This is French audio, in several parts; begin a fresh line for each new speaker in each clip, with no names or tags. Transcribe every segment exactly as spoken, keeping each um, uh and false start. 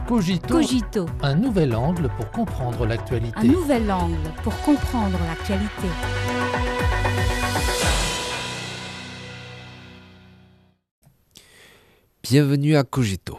Cogito,
Cogito,
un nouvel angle pour comprendre l'actualité.
un nouvel angle pour comprendre l'actualité.
Bienvenue à Cogito.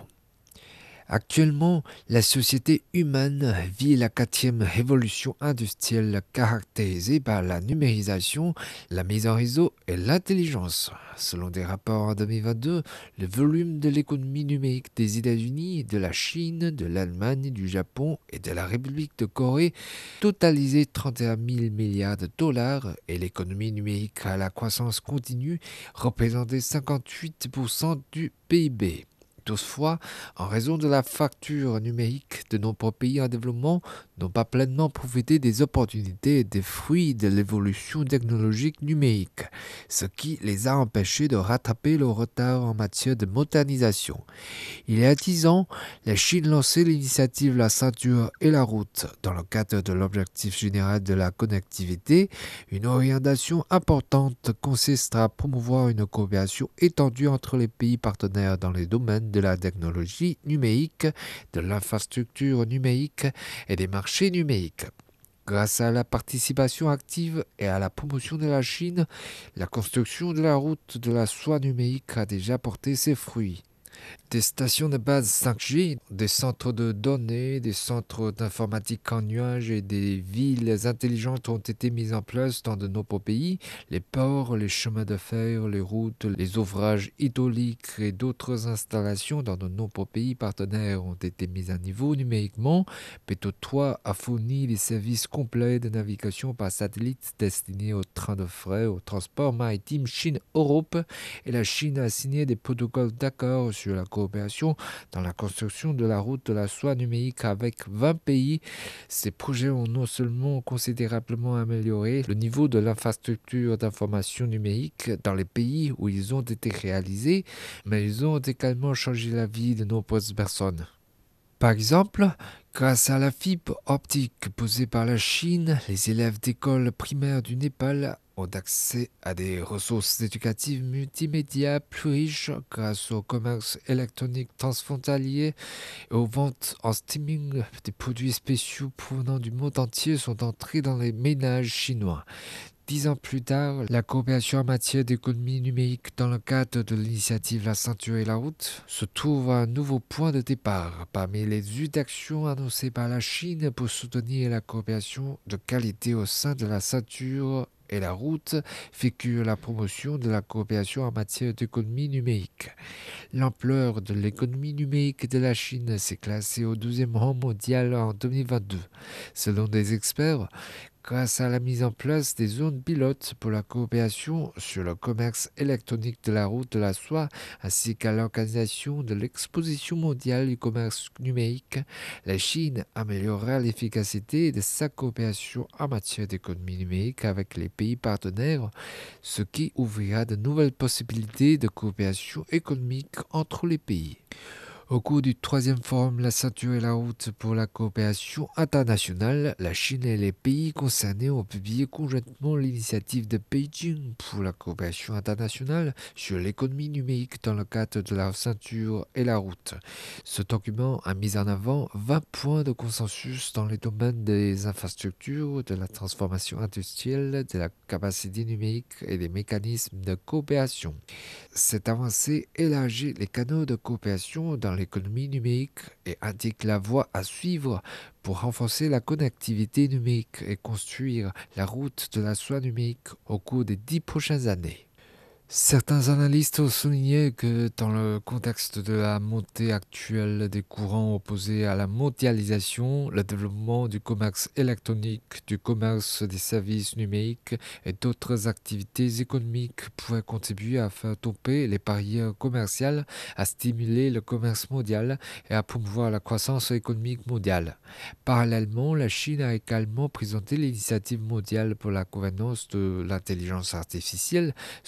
Actuellement, la société humaine vit la quatrième révolution industrielle caractérisée par la numérisation, la mise en réseau et l'intelligence. Selon des rapports en deux mille vingt-deux, le volume de l'économie numérique des États-Unis, de la Chine, de l'Allemagne, du Japon et de la République de Corée totalisait trente et un mille milliards de dollars et l'économie numérique à la croissance continue représentait cinquante-huit pour cent du P I B. Toutefois, en raison de la fracture numérique, de nombreux pays en développement n'ont pas pleinement profité des opportunités et des fruits de l'évolution technologique numérique, ce qui les a empêchés de rattraper le retard en matière de modernisation. Il y a dix ans, la Chine lançait l'initiative La ceinture et la route dans le cadre de l'objectif général de la connectivité. Une orientation importante consistera à promouvoir une coopération étendue entre les pays partenaires dans les domaines de la technologie numérique, de l'infrastructure numérique et des marchés numériques. Grâce à la participation active et à la promotion de la Chine, la construction de la route de la soie numérique a déjà porté ses fruits. Des stations de base cinq G, des centres de données, des centres d'informatique en nuage et des villes intelligentes ont été mises en place dans de nombreux pays. Les ports, les chemins de fer, les routes, les ouvrages hydrauliques et d'autres installations dans de nombreux pays partenaires ont été mis à niveau numériquement. Péto trois a fourni les services complets de navigation par satellite destinés aux trains de fret, au transport maritime Chine-Europe, et la Chine a signé des protocoles d'accord sur la coopération dans la construction de la route de la soie numérique avec vingt pays. Ces projets ont non seulement considérablement amélioré le niveau de l'infrastructure d'information numérique dans les pays où ils ont été réalisés, mais ils ont également changé la vie de nombreuses personnes. Par exemple, grâce à la fibre optique posée par la Chine, les élèves d'écoles primaires du Népal ont accès à des ressources éducatives multimédia plus riches grâce au commerce électronique transfrontalier et aux ventes en streaming. Des produits spéciaux provenant du monde entier sont entrés dans les ménages chinois. Dix ans plus tard, la coopération en matière d'économie numérique dans le cadre de l'initiative La ceinture et la route se trouve à un nouveau point de départ. Parmi les vues d'action annoncées par la Chine pour soutenir la coopération de qualité au sein de la ceinture et la route figure la promotion de la coopération en matière d'économie numérique. L'ampleur de l'économie numérique de la Chine s'est classée au douzième rang mondial en deux mille vingt-deux. Selon des experts, grâce à la mise en place des zones pilotes pour la coopération sur le commerce électronique de la route de la soie, ainsi qu'à l'organisation de l'exposition mondiale du commerce numérique, la Chine améliorera l'efficacité de sa coopération en matière d'économie numérique avec les pays partenaires, ce qui ouvrira de nouvelles possibilités de coopération économique entre les pays. Au cours du troisième forum La ceinture et la route pour la coopération internationale, la Chine et les pays concernés ont publié conjointement l'initiative de Beijing pour la coopération internationale sur l'économie numérique dans le cadre de la ceinture et la route. Ce document a mis en avant vingt points de consensus dans les domaines des infrastructures, de la transformation industrielle, de la capacité numérique et des mécanismes de coopération. Cette avancée élargit les canaux de coopération dans l'économie numérique et indique la voie à suivre pour renforcer la connectivité numérique et construire la route de la soie numérique au cours des dix prochaines années. Certains analystes ont souligné que dans le contexte de la montée actuelle des courants opposés à la mondialisation, le développement du commerce électronique, du commerce des services numériques et d'autres activités économiques pourraient contribuer à faire tomber les barrières commerciales, à stimuler le commerce mondial et à promouvoir la croissance économique mondiale. Parallèlement, la Chine a également présenté l'initiative mondiale pour la gouvernance de l'intelligence artificielle, soulignant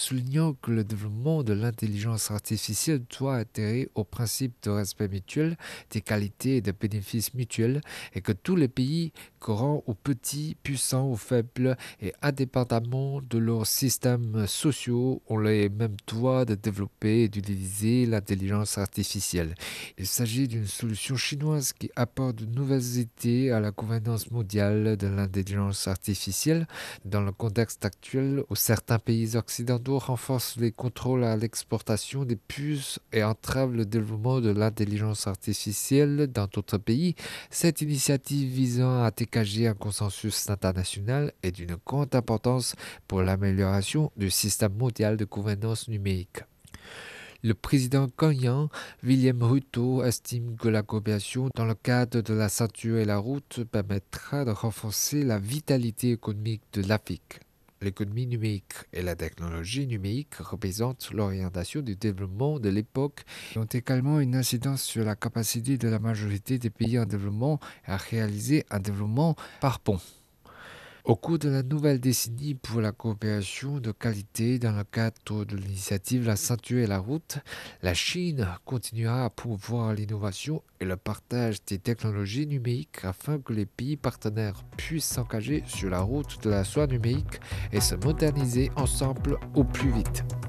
soulignant que le développement de l'intelligence artificielle doit adhérer au principe de respect mutuel, d'égalité et de bénéfices mutuels, et que tous les pays, grands ou petits, puissants ou faibles, et indépendamment de leurs systèmes sociaux, ont les mêmes droits de développer et d'utiliser l'intelligence artificielle. Il s'agit d'une solution chinoise qui apporte de nouvelles idées à la gouvernance mondiale de l'intelligence artificielle dans le contexte actuel où certains pays occidentaux renforcent les contrôles à l'exportation des puces et entravent le développement de l'intelligence artificielle dans d'autres pays. Cette initiative visant à dégager un consensus international est d'une grande importance pour l'amélioration du système mondial de gouvernance numérique. Le président kenyan, William Ruto, estime que la coopération dans le cadre de la ceinture et la route permettra de renforcer la vitalité économique de l'Afrique. L'économie numérique et la technologie numérique représentent l'orientation du développement de l'époque et ont également une incidence sur la capacité de la majorité des pays en développement à réaliser un développement par pont. Au cours de la nouvelle décennie pour la coopération de qualité dans le cadre de l'initiative La ceinture et la route, la Chine continuera à promouvoir l'innovation et le partage des technologies numériques afin que les pays partenaires puissent s'engager sur la route de la soie numérique et se moderniser ensemble au plus vite.